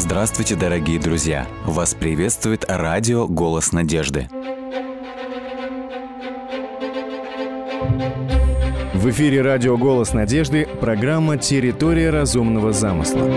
Здравствуйте, дорогие друзья! Вас приветствует радио «Голос надежды». В эфире радио «Голос надежды» программа «Территория разумного замысла».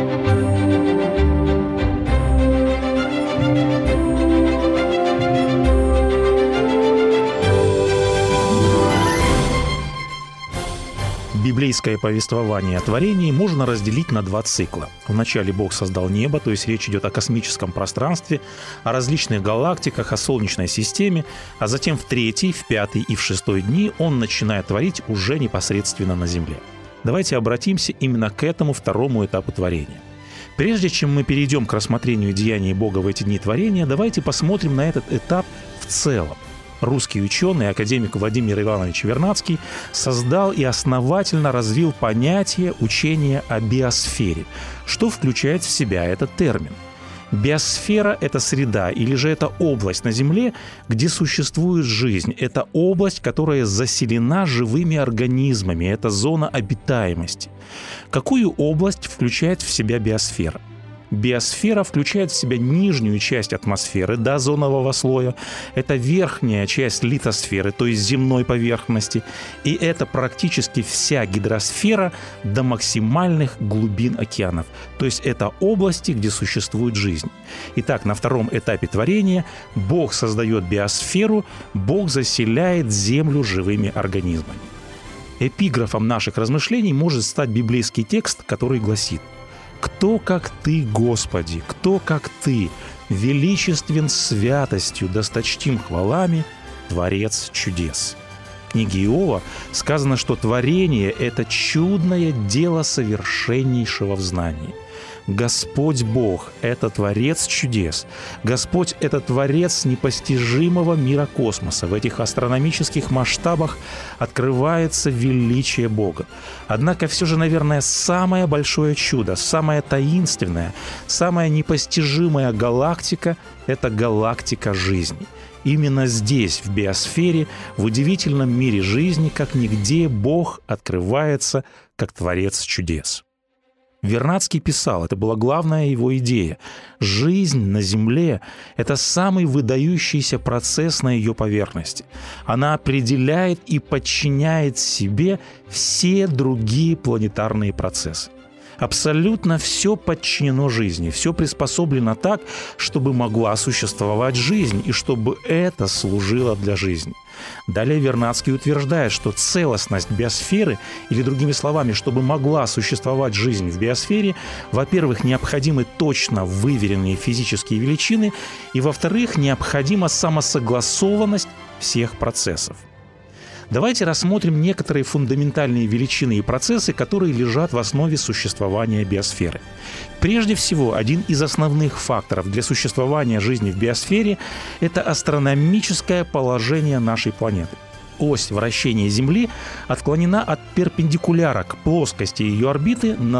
Библейское повествование о творении можно разделить на два цикла. Вначале Бог создал небо, то есть речь идет о космическом пространстве, о различных галактиках, о Солнечной системе, а затем в третий, в пятый и в шестой дни Он начинает творить уже непосредственно на Земле. Давайте обратимся именно к этому второму этапу творения. Прежде чем мы перейдем к рассмотрению деяний Бога в эти дни творения, давайте посмотрим на этот этап в целом. Русский ученый, академик Владимир Иванович Вернадский создал и основательно развил понятие учения о биосфере. Что включает в себя этот термин? Биосфера – это среда или же это область на Земле, где существует жизнь. Это область, которая заселена живыми организмами. Это зона обитаемости. Какую область включает в себя биосфера? Биосфера включает в себя нижнюю часть атмосферы до озонового слоя, это верхняя часть литосферы, то есть земной поверхности, и это практически вся гидросфера до максимальных глубин океанов, то есть это области, где существует жизнь. Итак, на втором этапе творения Бог создает биосферу, Бог заселяет Землю живыми организмами. Эпиграфом наших размышлений может стать библейский текст, который гласит: «Кто, как Ты, Господи, кто, как Ты, величествен святостью, досточтим хвалами, Творец чудес». В книге Иова сказано, что творение – это чудное дело совершеннейшего в знании. Господь Бог – это Творец чудес. Господь – это Творец непостижимого мира космоса. В этих астрономических масштабах открывается величие Бога. Однако все же, наверное, самое большое чудо, самое таинственное, самая непостижимая галактика – это галактика жизни. Именно здесь, в биосфере, в удивительном мире жизни, как нигде, Бог открывается как Творец чудес. Вернадский писал, это была главная его идея. Жизнь на Земле – это самый выдающийся процесс на ее поверхности. Она определяет и подчиняет себе все другие планетарные процессы. Абсолютно все подчинено жизни, все приспособлено так, чтобы могла существовать жизнь и чтобы это служило для жизни. Далее Вернадский утверждает, что целостность биосферы, или другими словами, чтобы могла существовать жизнь в биосфере, во-первых, необходимы точно выверенные физические величины, и, во-вторых, необходима самосогласованность всех процессов. Давайте рассмотрим некоторые фундаментальные величины и процессы, которые лежат в основе существования биосферы. Прежде всего, один из основных факторов для существования жизни в биосфере – это астрономическое положение нашей планеты. Ось вращения Земли отклонена от перпендикуляра к плоскости ее орбиты на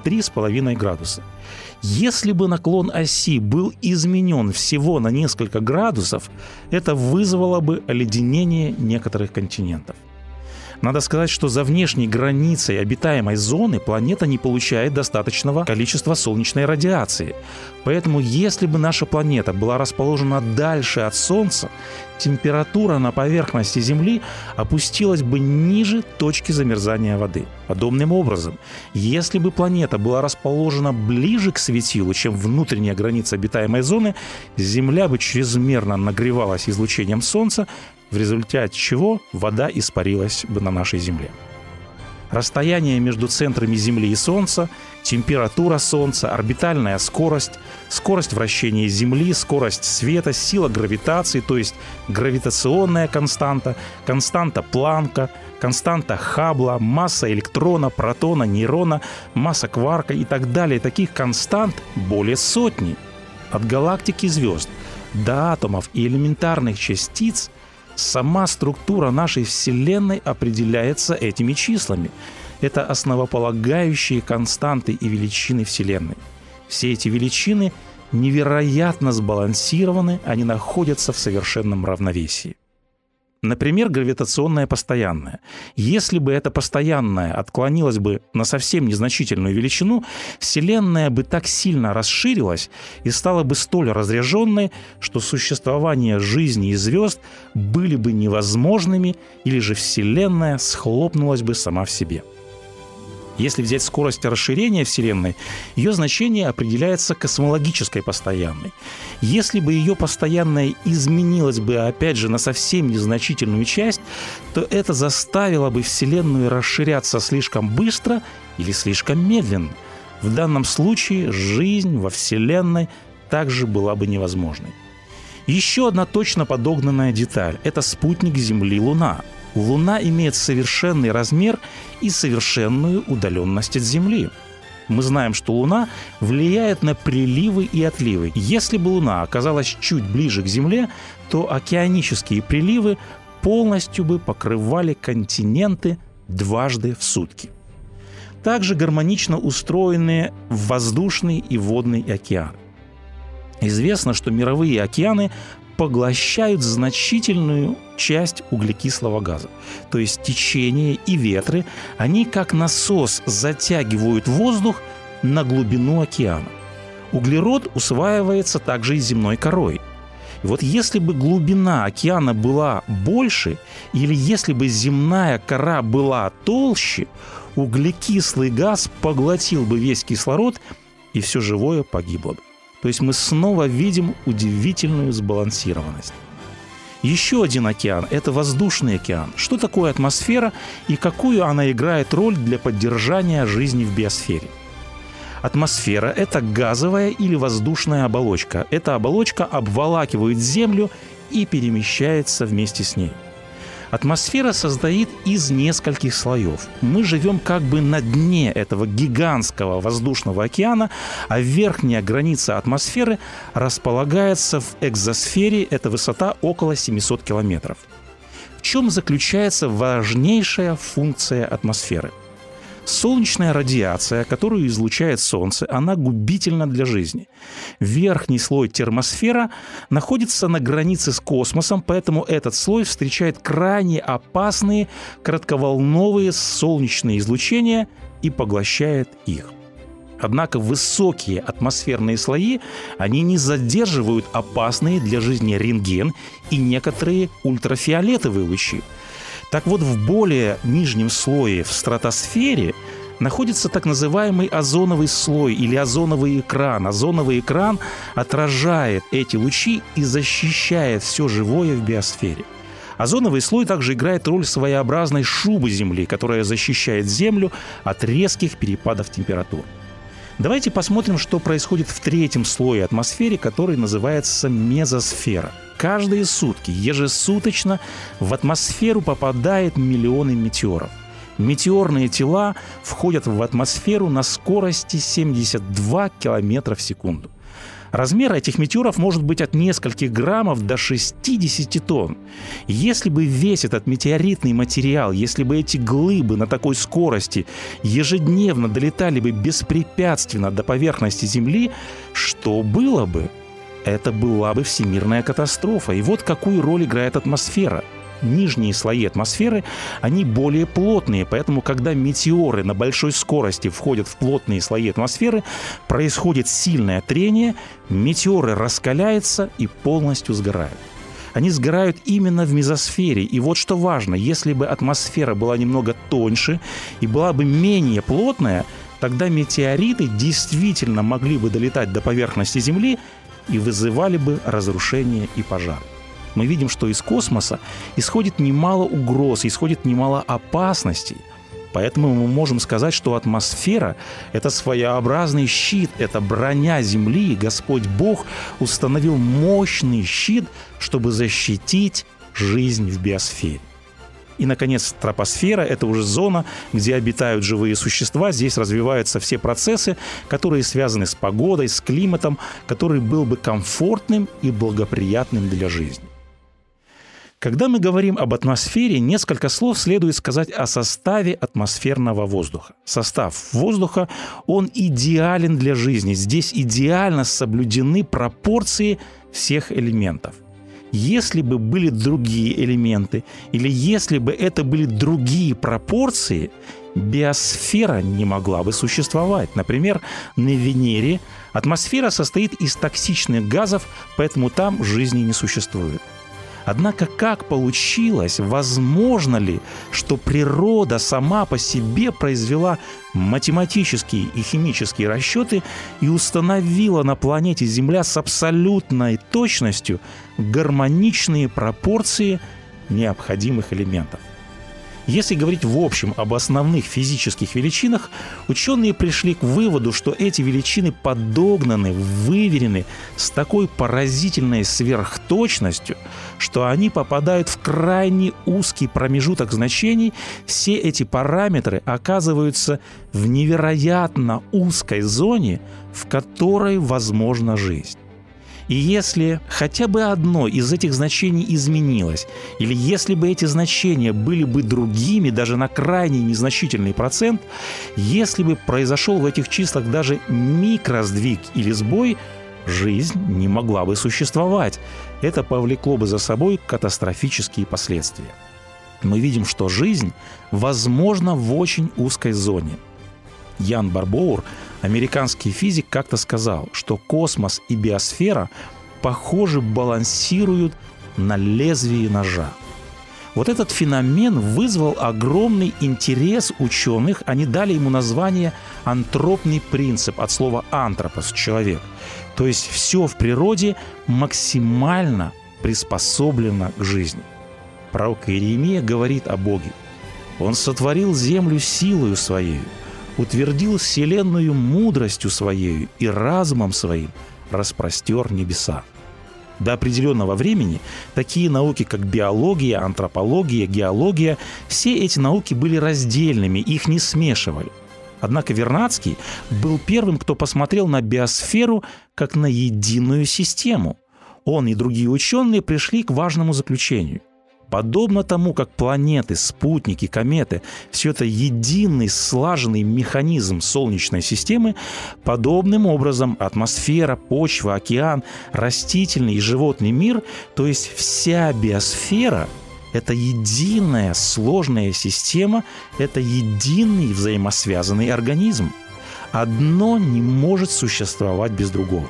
23,5 градуса. Если бы наклон оси был изменен всего на несколько градусов, это вызвало бы оледенение некоторых континентов. Надо сказать, что за внешней границей обитаемой зоны планета не получает достаточного количества солнечной радиации. Поэтому, если бы наша планета была расположена дальше от Солнца, температура на поверхности Земли опустилась бы ниже точки замерзания воды. Подобным образом, если бы планета была расположена ближе к светилу, чем внутренняя граница обитаемой зоны, Земля бы чрезмерно нагревалась излучением Солнца, в результате чего вода испарилась бы на нашей Земле. Расстояние между центрами Земли и Солнца, температура Солнца, орбитальная скорость, скорость вращения Земли, скорость света, сила гравитации, то есть гравитационная константа, константа Планка, константа Хаббла, масса электрона, протона, нейрона, масса кварка и так далее. Таких констант более сотни. От галактик и звезд до атомов и элементарных частиц сама структура нашей Вселенной определяется этими числами. Это основополагающие константы и величины Вселенной. Все эти величины невероятно сбалансированы, они находятся в совершенном равновесии. Например, гравитационное постоянное. Если бы это постоянное отклонилось бы на совсем незначительную величину, Вселенная бы так сильно расширилась и стала бы столь разряженной, что существование жизни и звезд были бы невозможными, или же Вселенная схлопнулась бы сама в себе. Если взять скорость расширения Вселенной, ее значение определяется космологической постоянной. Если бы ее постоянная изменилась бы, опять же, на совсем незначительную часть, то это заставило бы Вселенную расширяться слишком быстро или слишком медленно. В данном случае жизнь во Вселенной также была бы невозможной. Еще одна точно подогнанная деталь – это спутник Земли Луна. Луна имеет совершенный размер и совершенную удаленность от Земли. Мы знаем, что Луна влияет на приливы и отливы. Если бы Луна оказалась чуть ближе к Земле, то океанические приливы полностью бы покрывали континенты дважды в сутки. Также гармонично устроены воздушный и водный океан. Известно, что мировые океаны поглощают значительную часть углекислого газа. То есть течения и ветры, они как насос затягивают воздух на глубину океана. Углерод усваивается также и земной корой. И вот если бы глубина океана была больше, или если бы земная кора была толще, углекислый газ поглотил бы весь кислород, и все живое погибло бы. То есть мы снова видим удивительную сбалансированность. Еще один океан – это воздушный океан. Что такое атмосфера и какую она играет роль для поддержания жизни в биосфере? Атмосфера – это газовая или воздушная оболочка. Эта оболочка обволакивает Землю и перемещается вместе с ней. Атмосфера состоит из нескольких слоев. Мы живем как бы на дне этого гигантского воздушного океана, а верхняя граница атмосферы располагается в экзосфере, это высота около 700 километров. В чем заключается важнейшая функция атмосферы? Солнечная радиация, которую излучает Солнце, она губительна для жизни. Верхний слой термосфера находится на границе с космосом, поэтому этот слой встречает крайне опасные коротковолновые солнечные излучения и поглощает их. Однако высокие атмосферные слои, они не задерживают опасные для жизни рентген и некоторые ультрафиолетовые лучи. Так вот, в более нижнем слое, в стратосфере, находится так называемый озоновый слой или озоновый экран. Озоновый экран отражает эти лучи и защищает все живое в биосфере. Озоновый слой также играет роль своеобразной шубы Земли, которая защищает Землю от резких перепадов температур. Давайте посмотрим, что происходит в третьем слое атмосферы, который называется мезосфера. Каждые сутки, ежесуточно в атмосферу попадает миллионы метеоров. Метеорные тела входят в атмосферу на скорости 72 км в секунду. Размер этих метеоров может быть от нескольких граммов до 60 тонн. Если бы весь этот метеоритный материал, если бы эти глыбы на такой скорости ежедневно долетали бы беспрепятственно до поверхности Земли, что было бы? Это была бы всемирная катастрофа. И вот какую роль играет атмосфера. Нижние слои атмосферы, они более плотные, поэтому, когда метеоры на большой скорости входят в плотные слои атмосферы, происходит сильное трение, метеоры раскаляются и полностью сгорают. Они сгорают именно в мезосфере. И вот что важно, если бы атмосфера была немного тоньше и была бы менее плотная, тогда метеориты действительно могли бы долетать до поверхности Земли и вызывали бы разрушение и пожар. Мы видим, что из космоса исходит немало угроз, исходит немало опасностей. Поэтому мы можем сказать, что атмосфера – это своеобразный щит, это броня Земли. Господь Бог установил мощный щит, чтобы защитить жизнь в биосфере. И, наконец, тропосфера – это уже зона, где обитают живые существа. Здесь развиваются все процессы, которые связаны с погодой, с климатом, который был бы комфортным и благоприятным для жизни. Когда мы говорим об атмосфере, несколько слов следует сказать о составе атмосферного воздуха. Состав воздуха, он идеален для жизни. Здесь идеально соблюдены пропорции всех элементов. Если бы были другие элементы, или если бы это были другие пропорции, биосфера не могла бы существовать. Например, на Венере атмосфера состоит из токсичных газов, поэтому там жизни не существует. Однако как получилось, возможно ли, что природа сама по себе произвела математические и химические расчеты и установила на планете Земля с абсолютной точностью гармоничные пропорции необходимых элементов? Если говорить в общем об основных физических величинах, ученые пришли к выводу, что эти величины подогнаны, выверены с такой поразительной сверхточностью, что они попадают в крайне узкий промежуток значений. Все эти параметры оказываются в невероятно узкой зоне, в которой возможна жизнь. И если хотя бы одно из этих значений изменилось, или если бы эти значения были бы другими даже на крайне незначительный процент, если бы произошел в этих числах даже микросдвиг или сбой, жизнь не могла бы существовать. Это повлекло бы за собой катастрофические последствия. Мы видим, что жизнь возможна в очень узкой зоне. Ян Барбоур, американский физик, как-то сказал, что космос и биосфера, похоже, балансируют на лезвии ножа. Вот этот феномен вызвал огромный интерес ученых. Они дали ему название антропный принцип, от слова «антропос» – «человек». То есть все в природе максимально приспособлено к жизни. Пророк Иеремия говорит о Боге. «Он сотворил землю силою Своею, утвердил вселенную мудростью Своею и разумом Своим распростер небеса». До определенного времени такие науки, как биология, антропология, геология, все эти науки были раздельными, их не смешивали. Однако Вернадский был первым, кто посмотрел на биосферу как на единую систему. Он и другие ученые пришли к важному заключению. Подобно тому, как планеты, спутники, кометы – все это единый слаженный механизм Солнечной системы, подобным образом атмосфера, почва, океан, растительный и животный мир, то есть вся биосфера – это единая сложная система, это единый взаимосвязанный организм. Одно не может существовать без другого.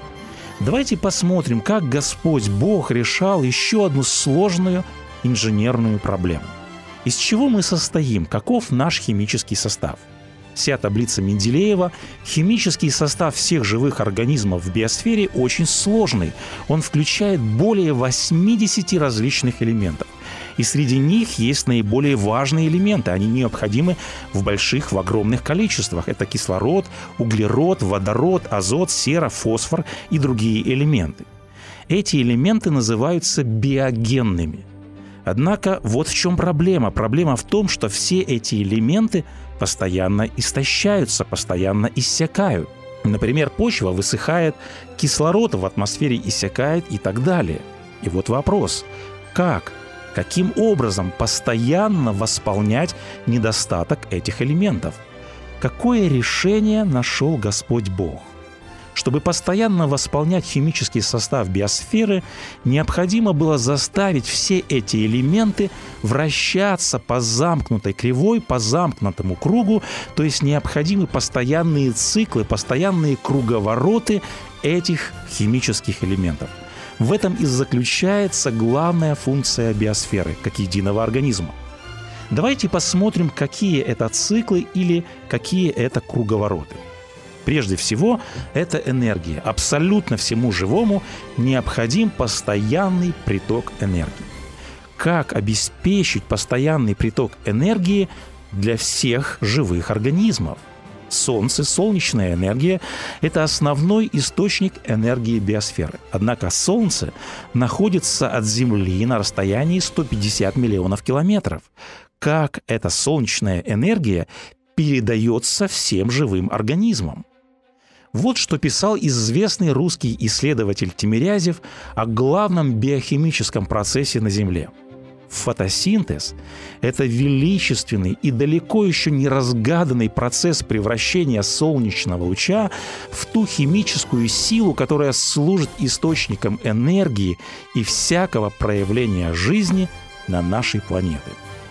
Давайте посмотрим, как Господь Бог решал еще одну сложную инженерную проблему. Из чего мы состоим? Каков наш химический состав? Вся таблица Менделеева. Химический состав всех живых организмов в биосфере очень сложный. Он включает более 80 различных элементов. И среди них есть наиболее важные элементы. Они необходимы в больших, в огромных количествах. Это кислород, углерод, водород, азот, сера, фосфор и другие элементы. Эти элементы называются биогенными. Однако вот в чем проблема. Проблема в том, что все эти элементы постоянно истощаются, постоянно иссякают. Например, почва высыхает, кислород в атмосфере иссякает и так далее. И вот вопрос: как? Каким образом постоянно восполнять недостаток этих элементов? Какое решение нашел Господь Бог? Чтобы постоянно восполнять химический состав биосферы, необходимо было заставить все эти элементы вращаться по замкнутой кривой, по замкнутому кругу, то есть необходимы постоянные циклы, постоянные круговороты этих химических элементов. В этом и заключается главная функция биосферы, как единого организма. Давайте посмотрим, какие это циклы или какие это круговороты. Прежде всего, это энергия. Абсолютно всему живому необходим постоянный приток энергии. Как обеспечить постоянный приток энергии для всех живых организмов? Солнце, солнечная энергия – это основной источник энергии биосферы. Однако Солнце находится от Земли на расстоянии 150 миллионов километров. Как эта солнечная энергия передается всем живым организмам? Вот что писал известный русский исследователь Тимирязев о главном биохимическом процессе на Земле. Фотосинтез – это величественный и далеко еще не разгаданный процесс превращения солнечного луча в ту химическую силу, которая служит источником энергии и всякого проявления жизни на нашей планете.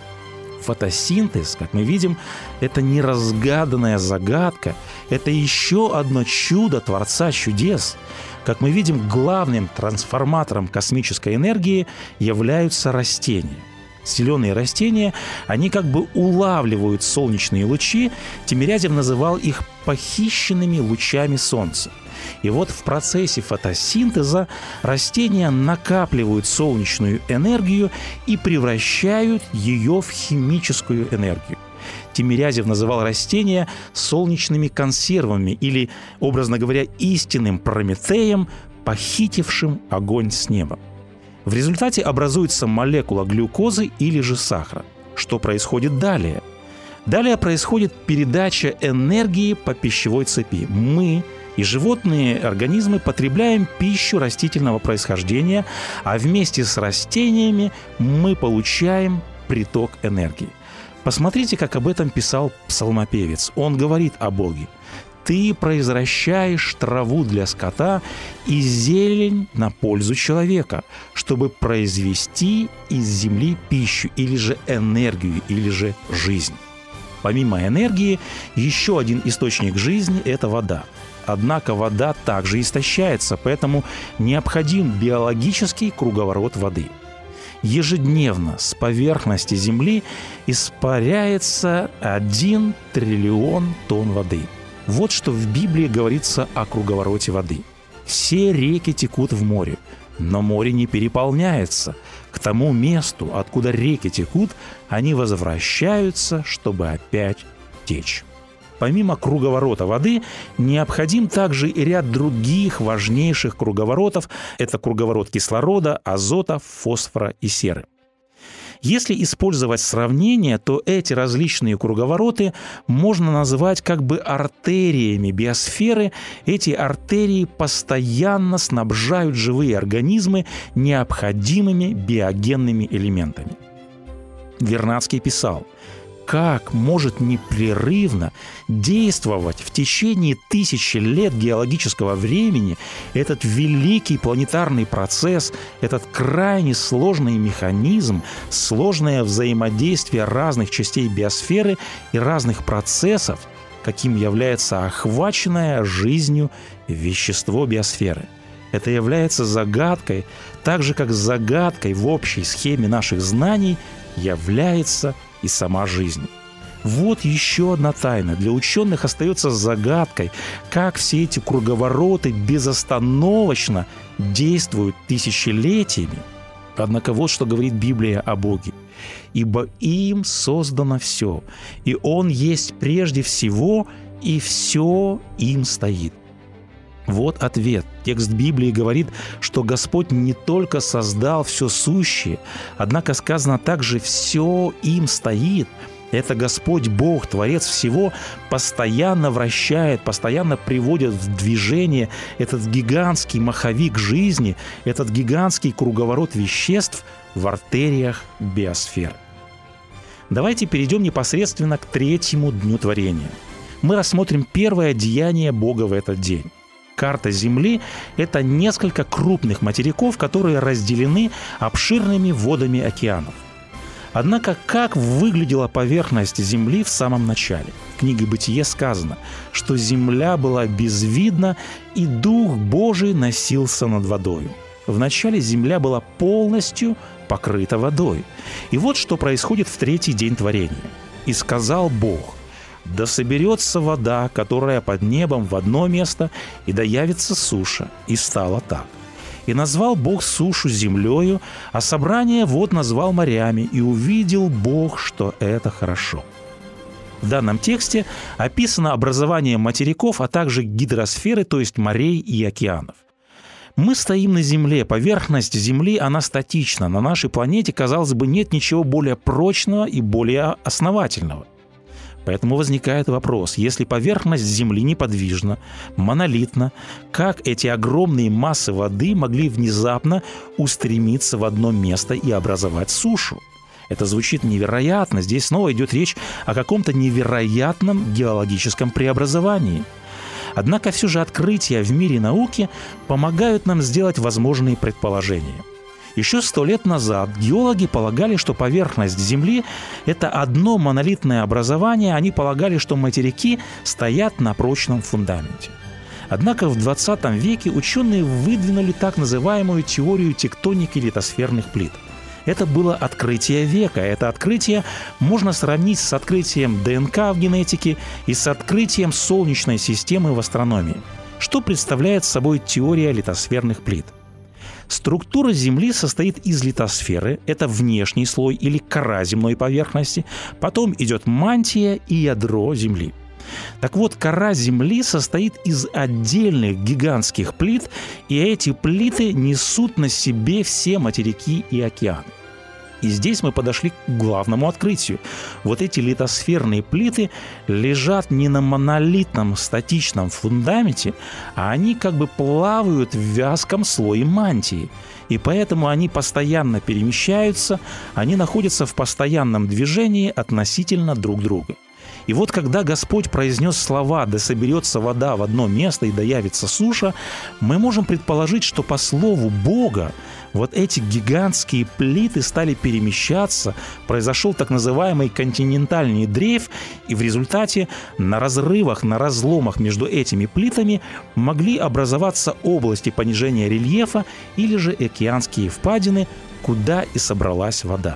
Фотосинтез, как мы видим, это неразгаданная загадка, это еще одно чудо Творца чудес. Как мы видим, главным трансформатором космической энергии являются растения. Зеленые растения, они как бы улавливают солнечные лучи. Тимирязев называл их похищенными лучами Солнца. И вот в процессе фотосинтеза растения накапливают солнечную энергию и превращают ее в химическую энергию. Тимирязев называл растения солнечными консервами или, образно говоря, истинным Прометеем, похитившим огонь с неба. В результате образуется молекула глюкозы или же сахара. Что происходит далее? Далее происходит передача энергии по пищевой цепи. Мы и животные организмы потребляем пищу растительного происхождения, а вместе с растениями мы получаем приток энергии. Посмотрите, как об этом писал псалмопевец. Он говорит о Боге: «Ты произращаешь траву для скота и зелень на пользу человека, чтобы произвести из земли пищу, или же энергию, или же жизнь». Помимо энергии, еще один источник жизни – это вода. Однако вода также истощается, поэтому необходим биологический круговорот воды. Ежедневно с поверхности Земли испаряется 1 триллион тонн воды. Вот что в Библии говорится о круговороте воды. Все реки текут в море, но море не переполняется. К тому месту, откуда реки текут, они возвращаются, чтобы опять течь. Помимо круговорота воды, необходим также и ряд других важнейших круговоротов. Это круговорот кислорода, азота, фосфора и серы. Если использовать сравнение, то эти различные круговороты можно назвать как бы артериями биосферы. Эти артерии постоянно снабжают живые организмы необходимыми биогенными элементами. Вернадский писал: как может непрерывно действовать в течение тысячи лет геологического времени этот великий планетарный процесс, этот крайне сложный механизм, сложное взаимодействие разных частей биосферы и разных процессов, каким является охваченное жизнью вещество биосферы. Это является загадкой, так же как загадкой в общей схеме наших знаний является и сама жизнь. Вот еще одна тайна. Для ученых остается загадкой, как все эти круговороты безостановочно действуют тысячелетиями. Однако вот что говорит Библия о Боге: «Ибо им создано все, и Он есть прежде всего, и все им стоит». Вот ответ. Текст Библии говорит, что Господь не только создал все сущее, однако сказано также «все им стоит». Это Господь Бог, Творец всего, постоянно вращает, постоянно приводит в движение этот гигантский маховик жизни, этот гигантский круговорот веществ в артериях биосферы. Давайте перейдем непосредственно к третьему дню творения. Мы рассмотрим первое деяние Бога в этот день. Карта Земли – это несколько крупных материков, которые разделены обширными водами океанов. Однако, как выглядела поверхность Земли в самом начале? В книге «Бытие» сказано, что земля была безвидна, и Дух Божий носился над водою. Вначале земля была полностью покрыта водой. И вот что происходит в третий день творения. «И сказал Бог: да соберется вода, которая под небом, в одно место, и да явится суша. И стало так. И назвал Бог сушу землею, а собрание вод назвал морями, и увидел Бог, что это хорошо». В данном тексте описано образование материков, а также гидросферы, то есть морей и океанов. Мы стоим на Земле, поверхность Земли, она статична. На нашей планете, казалось бы, нет ничего более прочного и более основательного. Поэтому возникает вопрос: если поверхность Земли неподвижна, монолитна, как эти огромные массы воды могли внезапно устремиться в одно место и образовать сушу? Это звучит невероятно. Здесь снова идет речь о каком-то невероятном геологическом преобразовании. Однако все же открытия в мире науки помогают нам сделать возможные предположения. Еще 100 лет назад геологи полагали, что поверхность Земли – это одно монолитное образование, они полагали, что материки стоят на прочном фундаменте. Однако в 20 веке ученые выдвинули так называемую теорию тектоники литосферных плит. Это было открытие века. Это открытие можно сравнить с открытием ДНК в генетике и с открытием Солнечной системы в астрономии. Что представляет собой теория литосферных плит? Структура Земли состоит из литосферы, это внешний слой или кора земной поверхности, потом идет мантия и ядро Земли. Так вот, кора Земли состоит из отдельных гигантских плит, и эти плиты несут на себе все материки и океаны. И здесь мы подошли к главному открытию. Вот эти литосферные плиты лежат не на монолитном статичном фундаменте, а они как бы плавают в вязком слое мантии. И поэтому они постоянно перемещаются, они находятся в постоянном движении относительно друг друга. И вот когда Господь произнес слова «да соберется вода в одно место и да явится суша», мы можем предположить, что по слову Бога вот эти гигантские плиты стали перемещаться, произошел так называемый континентальный дрейф, и в результате на разрывах, на разломах между этими плитами могли образоваться области понижения рельефа или же океанские впадины, куда и собралась вода.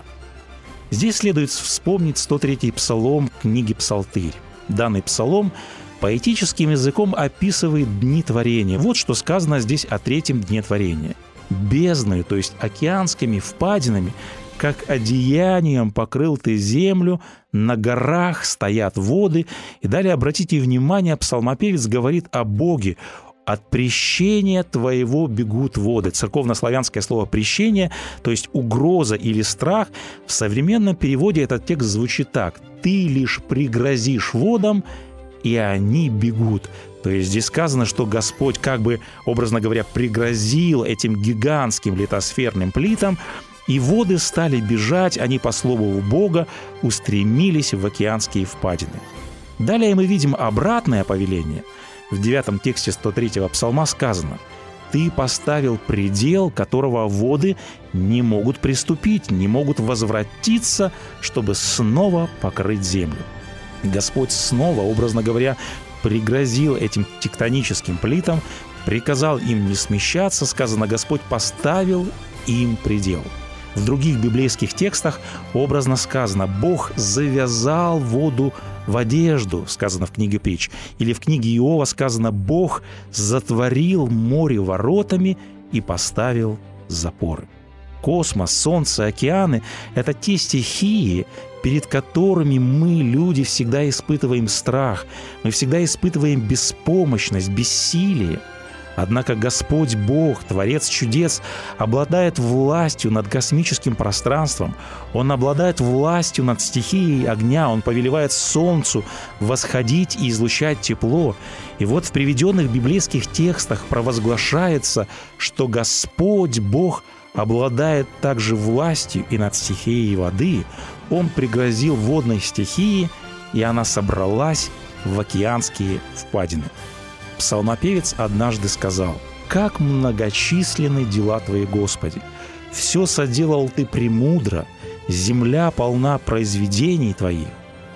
Здесь следует вспомнить 103-й псалом книги «Псалтырь». Данный псалом поэтическим языком описывает дни творения. Вот что сказано здесь о третьем дне творения. «Бездною», то есть океанскими впадинами, как одеянием покрыл ты землю, на горах стоят воды». И далее обратите внимание, псалмопевец говорит о Боге. «От прещения твоего бегут воды». Церковнославянское слово «прещение», то есть угроза или страх, в современном переводе этот текст звучит так: «Ты лишь пригрозишь водам, и они бегут». То есть здесь сказано, что Господь, как бы, образно говоря, пригрозил этим гигантским литосферным плитам, и воды стали бежать, они, по слову Бога, устремились в океанские впадины. Далее мы видим обратное повеление. В 9 тексте 103-го псалма сказано: «Ты поставил предел, которого воды не могут приступить, не могут возвратиться, чтобы снова покрыть землю». Господь снова, образно говоря, пригрозил этим тектоническим плитам, приказал им не смещаться, сказано, Господь поставил им предел. В других библейских текстах образно сказано: «Бог завязал воду в одежду», сказано в книге Притч. Или в книге Иова сказано: «Бог затворил море воротами и поставил запоры». Космос, солнце, океаны – это те стихии, перед которыми мы, люди, всегда испытываем страх, мы всегда испытываем беспомощность, бессилие. Однако Господь Бог, Творец чудес, обладает властью над космическим пространством. Он обладает властью над стихией огня. Он повелевает солнцу восходить и излучать тепло. И вот в приведенных библейских текстах провозглашается, что Господь Бог обладает также властью и над стихией воды. Он пригрозил водной стихии, и она собралась в океанские впадины. Псалмопевец однажды сказал: «Как многочисленны дела Твои, Господи! Все соделал Ты премудро, земля полна произведений Твоих.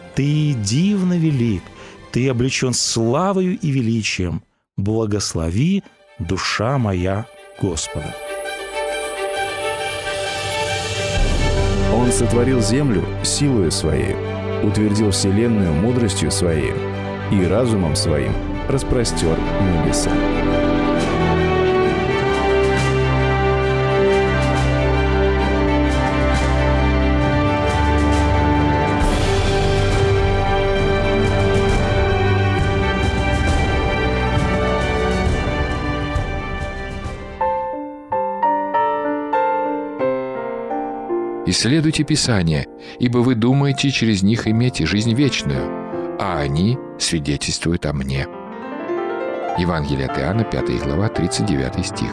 Ты дивно велик, Ты облечен славою и величием. Благослови, душа моя, Господа». Он сотворил землю силою Своей, утвердил вселенную мудростью Своей и разумом Своим распростер небеса. Исследуйте Писания, ибо вы думаете через них иметь жизнь вечную, а они свидетельствуют о мне». Евангелие от Иоанна, 5 глава, 39 стих.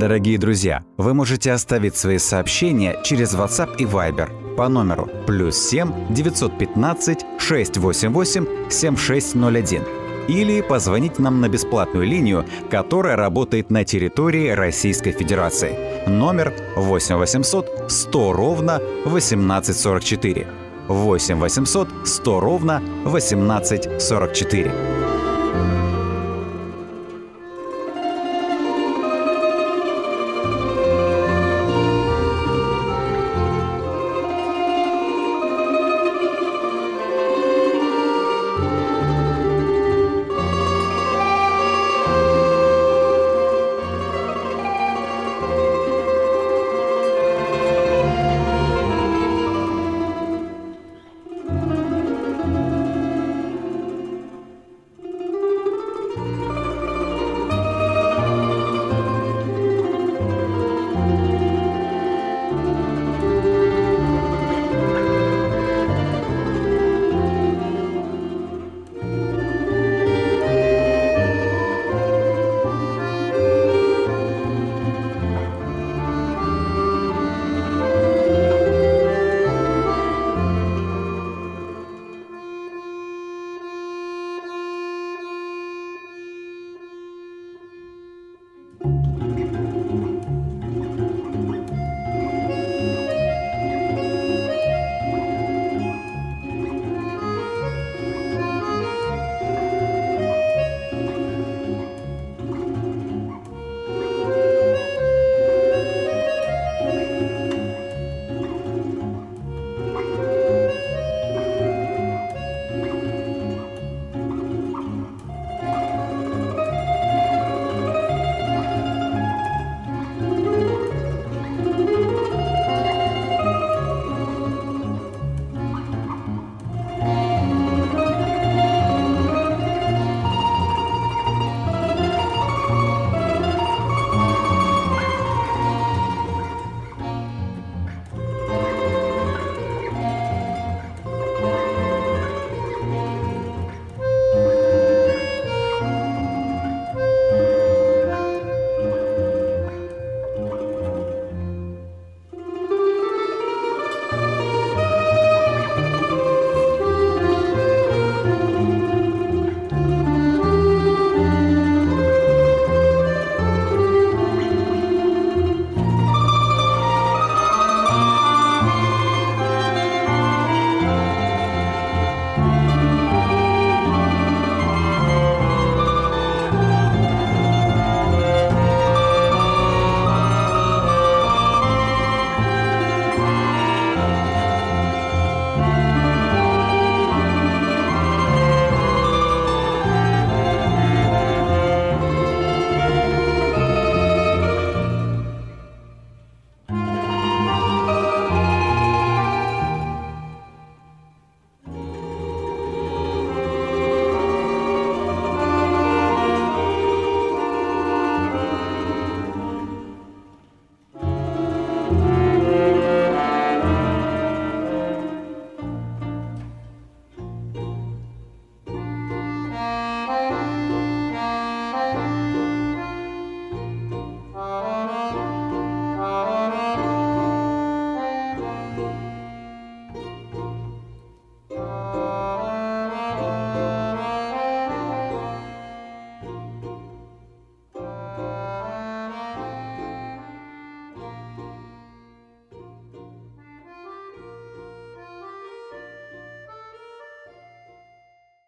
Дорогие друзья, вы можете оставить свои сообщения через WhatsApp и Viber по номеру +7 915 688 7601 или позвонить нам на бесплатную линию, которая работает на территории Российской Федерации. Номер 8 800 100 ровно 1844. 8 800 100 ровно 1844.